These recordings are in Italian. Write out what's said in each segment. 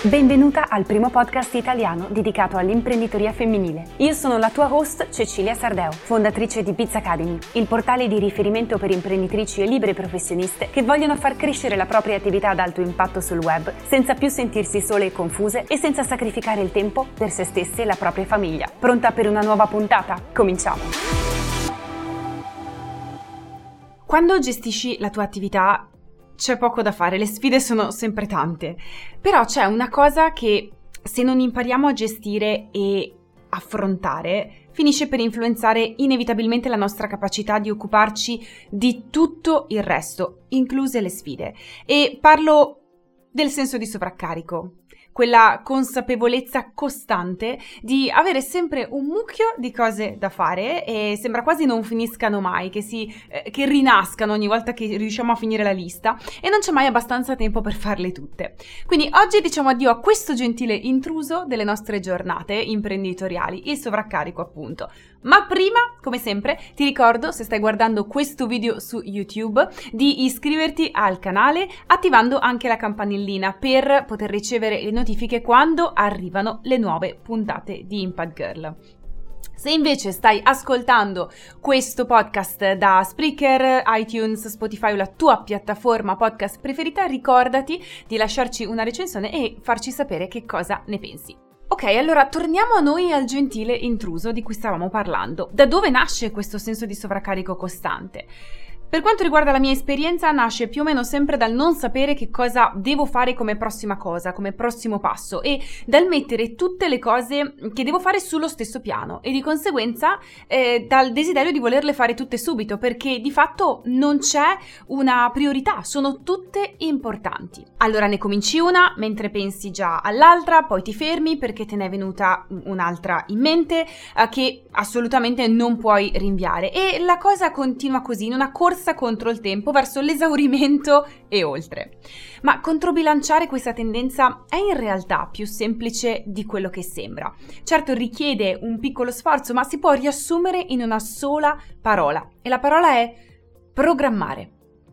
Benvenuta al primo podcast italiano dedicato all'imprenditoria femminile. Io sono la tua host Cecilia Sardeo, fondatrice di Biz Academy, il portale di riferimento per imprenditrici e libere professioniste che vogliono far crescere la propria attività ad alto impatto sul web senza più sentirsi sole e confuse e senza sacrificare il tempo per se stesse e la propria famiglia. Pronta per una nuova puntata? Cominciamo! Quando gestisci la tua attività c'è poco da fare, le sfide sono sempre tante, però c'è una cosa che se non impariamo a gestire e affrontare finisce per influenzare inevitabilmente la nostra capacità di occuparci di tutto il resto, incluse le sfide. E parlo del senso di sovraccarico, quella consapevolezza costante di avere sempre un mucchio di cose da fare e sembra quasi non finiscano mai, che rinascano ogni volta che riusciamo a finire la lista e non c'è mai abbastanza tempo per farle tutte. Quindi oggi diciamo addio a questo gentile intruso delle nostre giornate imprenditoriali, il sovraccarico appunto. Ma prima, come sempre, ti ricordo, se stai guardando questo video su YouTube, di iscriverti al canale attivando anche la campanellina per poter ricevere le notifiche quando arrivano le nuove puntate di Impact Girl. Se invece stai ascoltando questo podcast da Spreaker, iTunes, Spotify o la tua piattaforma podcast preferita, ricordati di lasciarci una recensione e farci sapere che cosa ne pensi. Ok, allora torniamo a noi al gentile intruso di cui stavamo parlando. Da dove nasce questo senso di sovraccarico costante? Per quanto riguarda la mia esperienza, nasce più o meno sempre dal non sapere che cosa devo fare come prossima cosa, come prossimo passo e dal mettere tutte le cose che devo fare sullo stesso piano e di conseguenza dal desiderio di volerle fare tutte subito perché di fatto non c'è una priorità, sono tutte importanti. Allora ne cominci una mentre pensi già all'altra, poi ti fermi perché te ne è venuta un'altra in mente che assolutamente non puoi rinviare e la cosa continua così in una corsa contro il tempo verso l'esaurimento e oltre. Ma controbilanciare questa tendenza è in realtà più semplice di quello che sembra. Certo richiede un piccolo sforzo, ma si può riassumere in una sola parola e la parola è programmare.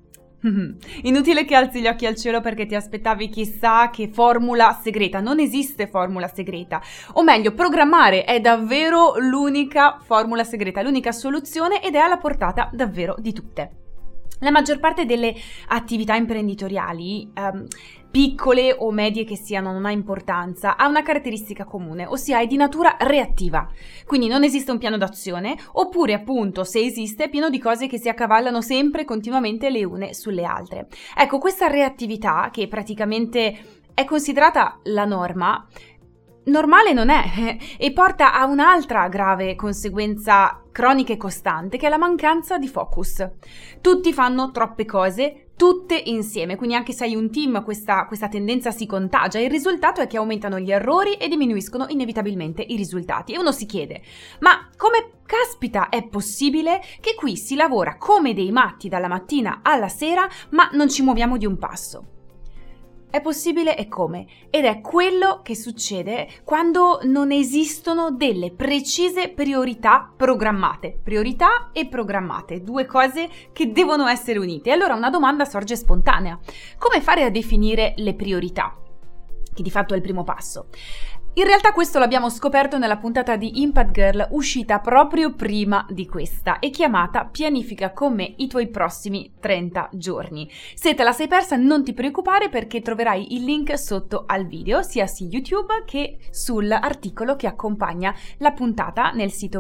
Inutile che alzi gli occhi al cielo perché ti aspettavi chissà che formula segreta. Non esiste formula segreta, o meglio, programmare è davvero l'unica formula segreta, l'unica soluzione ed è alla portata davvero di tutte. La maggior parte delle attività imprenditoriali, piccole o medie che siano, non ha importanza, ha una caratteristica comune, ossia è di natura reattiva. Quindi non esiste un piano d'azione, oppure appunto, se esiste, è pieno di cose che si accavallano sempre continuamente le une sulle altre. Ecco, questa reattività, che praticamente è considerata la norma, normale non è e porta a un'altra grave conseguenza cronica e costante che è la mancanza di focus. Tutti fanno troppe cose, tutte insieme, quindi anche se hai un team questa tendenza si contagia e il risultato è che aumentano gli errori e diminuiscono inevitabilmente i risultati e uno si chiede, ma come caspita è possibile che qui si lavora come dei matti dalla mattina alla sera ma non ci muoviamo di un passo? È possibile e come? Ed è quello che succede quando non esistono delle precise priorità programmate. Priorità e programmate, due cose che devono essere unite. E allora una domanda sorge spontanea. Come fare a definire le priorità? Che di fatto è il primo passo. In realtà questo l'abbiamo scoperto nella puntata di Impact Girl uscita proprio prima di questa e chiamata Pianifica con me i tuoi prossimi 30 giorni. Se te la sei persa non ti preoccupare perché troverai il link sotto al video sia su YouTube che sull'articolo che accompagna la puntata nel sito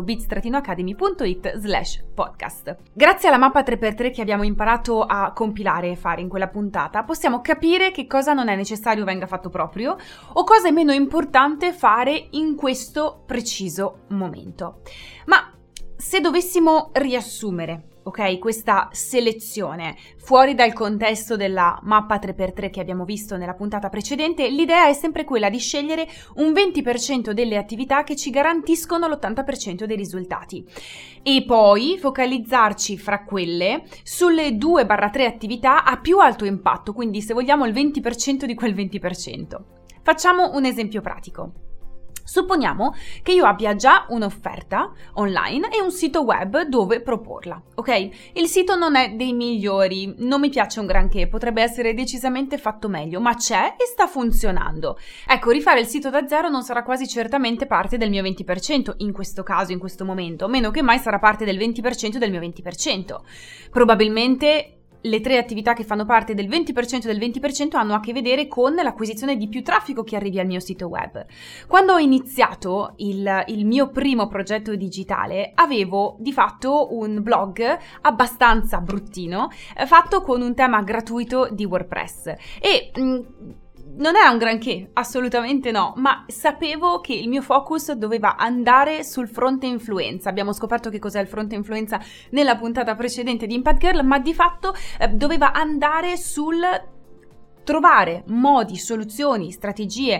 biz-academy.it/podcast. Grazie alla mappa 3x3 che abbiamo imparato a compilare e fare in quella puntata possiamo capire che cosa non è necessario venga fatto proprio o cosa è meno importante fare in questo preciso momento. Ma se dovessimo riassumere, ok, questa selezione fuori dal contesto della mappa 3x3 che abbiamo visto nella puntata precedente, l'idea è sempre quella di scegliere un 20% delle attività che ci garantiscono l'80% dei risultati e poi focalizzarci fra quelle sulle 2-3 attività a più alto impatto, quindi se vogliamo il 20% di quel 20%. Facciamo un esempio pratico. Supponiamo che io abbia già un'offerta online e un sito web dove proporla, ok? Il sito non è dei migliori, non mi piace un granché, potrebbe essere decisamente fatto meglio, ma c'è e sta funzionando. Ecco, rifare il sito da zero non sarà quasi certamente parte del mio 20% in questo caso, in questo momento, meno che mai sarà parte del 20% del mio 20%. Probabilmente le 3 attività che fanno parte del 20% del 20% hanno a che vedere con l'acquisizione di più traffico che arrivi al mio sito web. Quando ho iniziato il mio primo progetto digitale, avevo di fatto un blog abbastanza bruttino, fatto con un tema gratuito di WordPress e non era un granché, assolutamente no, ma sapevo che il mio focus doveva andare sul fronte influenza. Abbiamo scoperto che cos'è il fronte influenza nella puntata precedente di Impact Girl, ma di fatto doveva andare sul trovare modi, soluzioni, strategie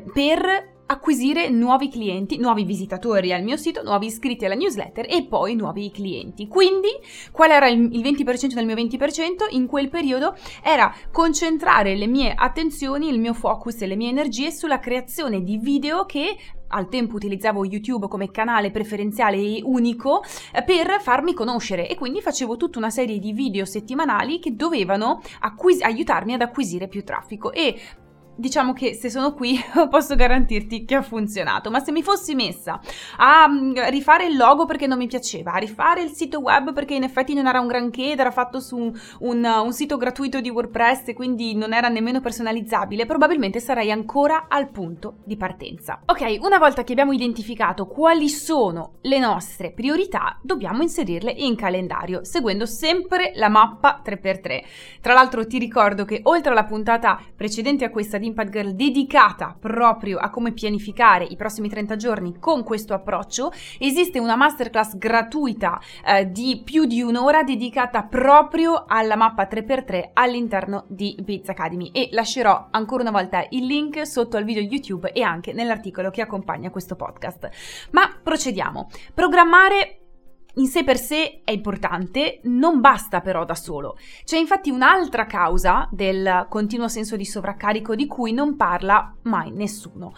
per acquisire nuovi clienti, nuovi visitatori al mio sito, nuovi iscritti alla newsletter e poi nuovi clienti. Quindi, qual era il 20% del mio 20%? In quel periodo era concentrare le mie attenzioni, il mio focus e le mie energie sulla creazione di video che al tempo utilizzavo YouTube come canale preferenziale e unico per farmi conoscere, e quindi facevo tutta una serie di video settimanali che dovevano aiutarmi ad acquisire più traffico. E diciamo che se sono qui posso garantirti che ha funzionato, ma se mi fossi messa a rifare il logo perché non mi piaceva, a rifare il sito web perché in effetti non era un granché ed era fatto su un sito gratuito di WordPress e quindi non era nemmeno personalizzabile, probabilmente sarei ancora al punto di partenza. Ok, una volta che abbiamo identificato quali sono le nostre priorità, dobbiamo inserirle in calendario, seguendo sempre la mappa 3x3. Tra l'altro ti ricordo che oltre alla puntata precedente a questa di Impact Girl dedicata proprio a come pianificare i prossimi 30 giorni con questo approccio, esiste una masterclass gratuita di più di un'ora dedicata proprio alla mappa 3x3 all'interno di Biz Academy, e lascerò ancora una volta il link sotto al video YouTube e anche nell'articolo che accompagna questo podcast. Ma procediamo. Programmare in sé per sé è importante, non basta però da solo. C'è infatti un'altra causa del continuo senso di sovraccarico di cui non parla mai nessuno,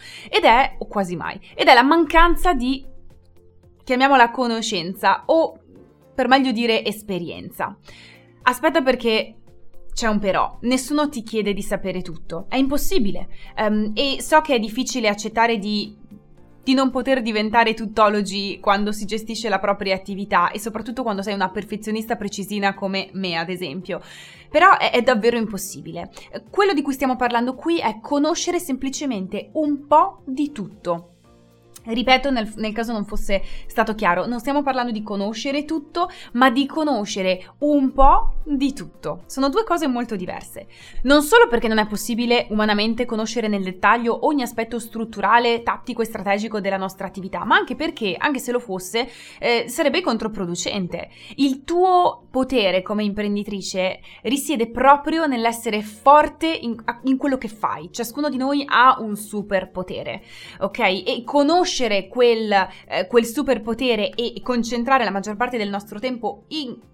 o quasi mai, ed è la mancanza di, chiamiamola conoscenza, o per meglio dire esperienza. Aspetta, perché c'è un però, nessuno ti chiede di sapere tutto, è impossibile, e so che è difficile accettare di non poter diventare tuttologi quando si gestisce la propria attività, e soprattutto quando sei una perfezionista precisina come me, ad esempio. Però è davvero impossibile. Quello di cui stiamo parlando qui è conoscere semplicemente un po' di tutto. Ripeto, nel caso non fosse stato chiaro, non stiamo parlando di conoscere tutto, ma di conoscere un po' di tutto. Sono due cose molto diverse. Non solo perché non è possibile umanamente conoscere nel dettaglio ogni aspetto strutturale, tattico e strategico della nostra attività, ma anche perché, anche se lo fosse, sarebbe controproducente. Il tuo potere come imprenditrice risiede proprio nell'essere forte in quello che fai. Ciascuno di noi ha un superpotere, ok? E conoscere quel superpotere e concentrare la maggior parte del nostro tempo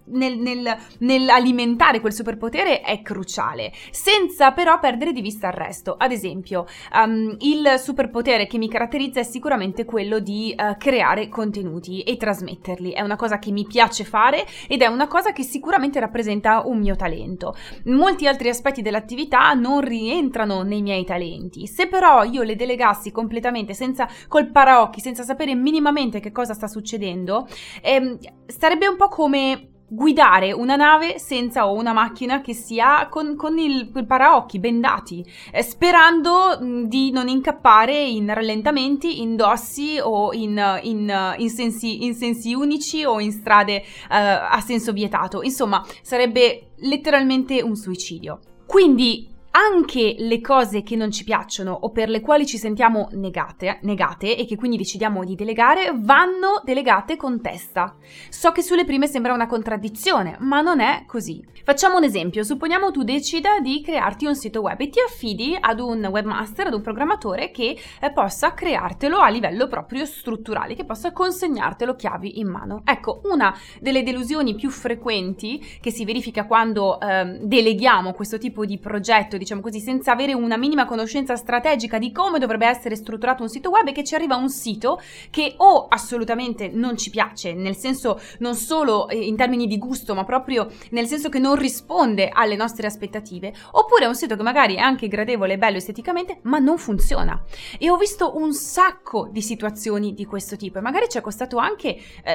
nell'alimentare quel superpotere è cruciale, senza però perdere di vista il resto. Ad esempio, il superpotere che mi caratterizza è sicuramente quello di creare contenuti e trasmetterli. È una cosa che mi piace fare ed è una cosa che sicuramente rappresenta un mio talento. Molti altri aspetti dell'attività non rientrano nei miei talenti. Se però io le delegassi completamente, col paraocchi, senza sapere minimamente che cosa sta succedendo, sarebbe un po' come guidare una nave o una macchina che sia con il paraocchi bendati, sperando di non incappare in rallentamenti, in dossi o in sensi unici o in strade a senso vietato. Insomma, sarebbe letteralmente un suicidio. Quindi anche le cose che non ci piacciono o per le quali ci sentiamo negate e che quindi decidiamo di delegare, vanno delegate con testa. So che sulle prime sembra una contraddizione, ma non è così. Facciamo un esempio. Supponiamo tu decida di crearti un sito web e ti affidi ad un webmaster, ad un programmatore che possa creartelo a livello proprio strutturale, che possa consegnartelo chiavi in mano. Ecco, una delle delusioni più frequenti che si verifica quando deleghiamo questo tipo di progetto, diciamo così, senza avere una minima conoscenza strategica di come dovrebbe essere strutturato un sito web, e che ci arriva un sito che o assolutamente non ci piace, nel senso non solo in termini di gusto, ma proprio nel senso che non risponde alle nostre aspettative, oppure è un sito che magari è anche gradevole e bello esteticamente, ma non funziona. E ho visto un sacco di situazioni di questo tipo, e magari ci è costato anche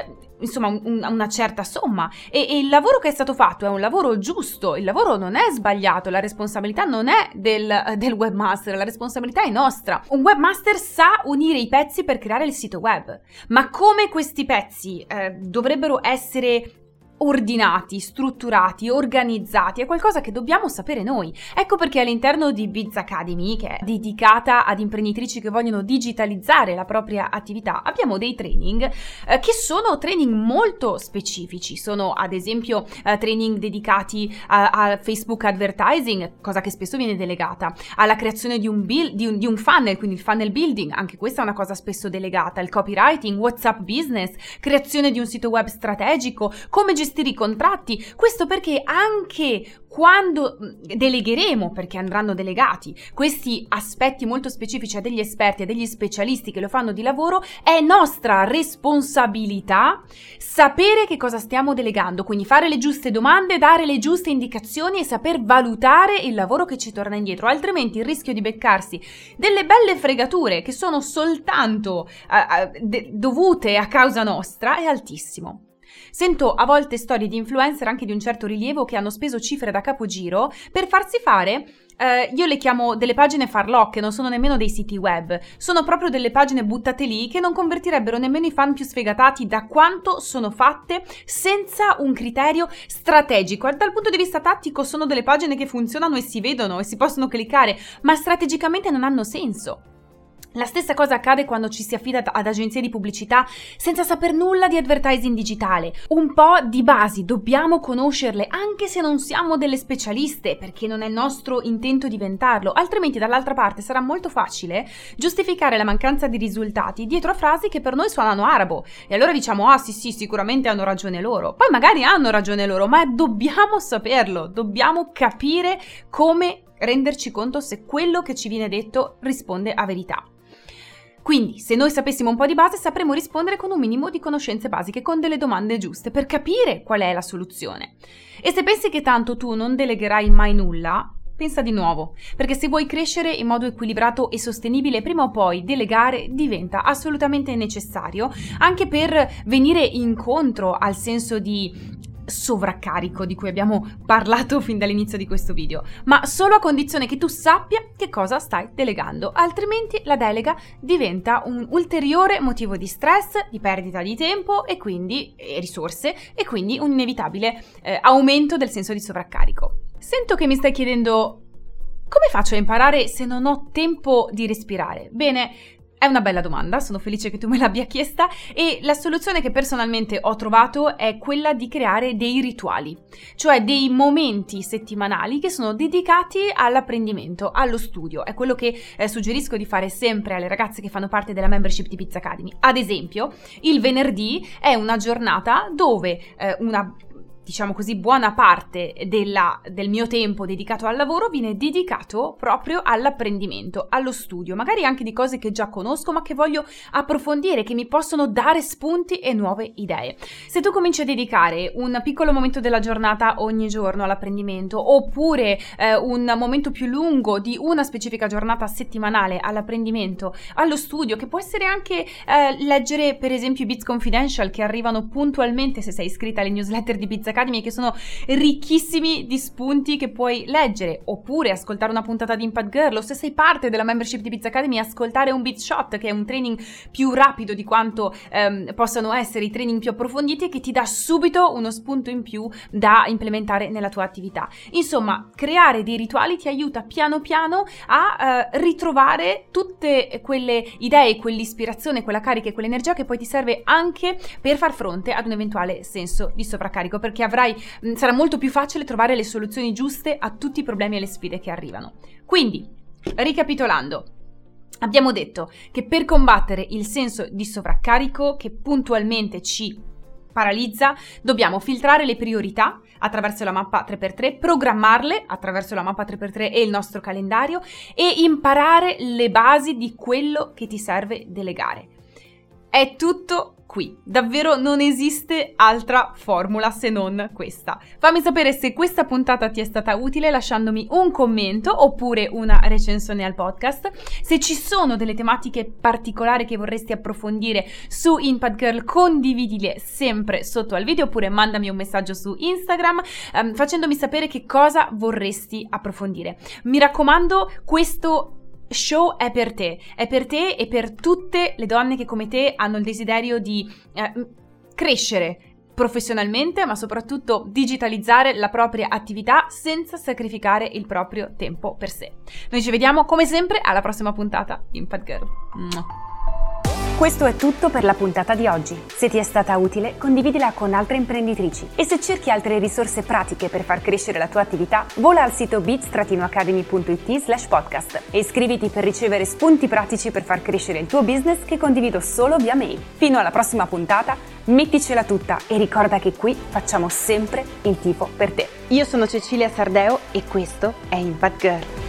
una certa somma, e il lavoro che è stato fatto è un lavoro giusto, il lavoro non è sbagliato, la responsabilità non è del webmaster, la responsabilità è nostra. Un webmaster sa unire i pezzi per creare il sito web, ma come questi pezzi dovrebbero essere ordinati, strutturati, organizzati, è qualcosa che dobbiamo sapere noi. Ecco perché all'interno di Biz Academy, che è dedicata ad imprenditrici che vogliono digitalizzare la propria attività, abbiamo dei training che sono training molto specifici. Sono ad esempio training dedicati a Facebook advertising, cosa che spesso viene delegata, alla creazione di un funnel, quindi il funnel building, anche questa è una cosa spesso delegata, il copywriting, WhatsApp business, creazione di un sito web strategico, come gestire i contratti. Questo perché anche quando delegheremo, perché andranno delegati questi aspetti molto specifici a degli esperti, a degli specialisti che lo fanno di lavoro, è nostra responsabilità sapere che cosa stiamo delegando, quindi fare le giuste domande, dare le giuste indicazioni e saper valutare il lavoro che ci torna indietro, altrimenti il rischio di beccarsi delle belle fregature che sono soltanto dovute a causa nostra è altissimo. Sento a volte storie di influencer anche di un certo rilievo che hanno speso cifre da capogiro per farsi fare, io le chiamo delle pagine farlocche, non sono nemmeno dei siti web, sono proprio delle pagine buttate lì che non convertirebbero nemmeno i fan più sfegatati, da quanto sono fatte senza un criterio strategico. Dal punto di vista tattico sono delle pagine che funzionano e si vedono e si possono cliccare, ma strategicamente non hanno senso. La stessa cosa accade quando ci si affida ad agenzie di pubblicità senza saper nulla di advertising digitale. Un po' di basi dobbiamo conoscerle, anche se non siamo delle specialiste, perché non è il nostro intento diventarlo, altrimenti dall'altra parte sarà molto facile giustificare la mancanza di risultati dietro a frasi che per noi suonano arabo. E allora diciamo, ah sì, sicuramente hanno ragione loro. Poi magari hanno ragione loro, ma dobbiamo saperlo, dobbiamo capire come renderci conto se quello che ci viene detto risponde a verità. Quindi, se noi sapessimo un po' di base, sapremo rispondere con un minimo di conoscenze basiche, con delle domande giuste, per capire qual è la soluzione. E se pensi che tanto tu non delegherai mai nulla, pensa di nuovo, perché se vuoi crescere in modo equilibrato e sostenibile, prima o poi delegare diventa assolutamente necessario, anche per venire incontro al senso di sovraccarico di cui abbiamo parlato fin dall'inizio di questo video, ma solo a condizione che tu sappia che cosa stai delegando, altrimenti la delega diventa un ulteriore motivo di stress, di perdita di tempo e quindi risorse, e quindi un inevitabile aumento del senso di sovraccarico. Sento che mi stai chiedendo: come faccio a imparare se non ho tempo di respirare? Bene, è una bella domanda, sono felice che tu me l'abbia chiesta, e la soluzione che personalmente ho trovato è quella di creare dei rituali, cioè dei momenti settimanali che sono dedicati all'apprendimento, allo studio. È quello che suggerisco di fare sempre alle ragazze che fanno parte della membership di Biz Academy. Ad esempio, il venerdì è una giornata dove diciamo così, buona parte del mio tempo dedicato al lavoro viene dedicato proprio all'apprendimento, allo studio, magari anche di cose che già conosco ma che voglio approfondire, che mi possono dare spunti e nuove idee. Se tu cominci a dedicare un piccolo momento della giornata ogni giorno all'apprendimento, oppure un momento più lungo di una specifica giornata settimanale all'apprendimento, allo studio, che può essere anche leggere per esempio i Biz Confidential che arrivano puntualmente se sei iscritta alle newsletter di Biz Academy, che sono ricchissimi di spunti che puoi leggere, oppure ascoltare una puntata di Impact Girl, o se sei parte della membership di Biz Academy ascoltare un Biz Shot, che è un training più rapido di quanto possano essere i training più approfonditi e che ti dà subito uno spunto in più da implementare nella tua attività. Insomma, creare dei rituali ti aiuta piano piano a ritrovare tutte quelle idee, quell'ispirazione, quella carica e quell'energia che poi ti serve anche per far fronte ad un eventuale senso di sovraccarico, perché sarà molto più facile trovare le soluzioni giuste a tutti i problemi e le sfide che arrivano. Quindi, ricapitolando, abbiamo detto che per combattere il senso di sovraccarico che puntualmente ci paralizza, dobbiamo filtrare le priorità attraverso la mappa 3x3, programmarle attraverso la mappa 3x3 e il nostro calendario e imparare le basi di quello che ti serve delegare. È tutto qui, davvero non esiste altra formula se non questa. Fammi sapere se questa puntata ti è stata utile lasciandomi un commento oppure una recensione al podcast. Se ci sono delle tematiche particolari che vorresti approfondire su Impact Girl, condividile sempre sotto al video oppure mandami un messaggio su Instagram facendomi sapere che cosa vorresti approfondire. Mi raccomando, questo show è per te e per tutte le donne che come te hanno il desiderio di crescere professionalmente, ma soprattutto digitalizzare la propria attività senza sacrificare il proprio tempo per sé. Noi ci vediamo come sempre alla prossima puntata Impact Girl. Questo è tutto per la puntata di oggi. Se ti è stata utile, condividila con altre imprenditrici. E se cerchi altre risorse pratiche per far crescere la tua attività, vola al sito bits-academy.it/podcast e iscriviti per ricevere spunti pratici per far crescere il tuo business che condivido solo via mail. Fino alla prossima puntata, metticela tutta e ricorda che qui facciamo sempre il tifo per te. Io sono Cecilia Sardeo e questo è Impact Girl.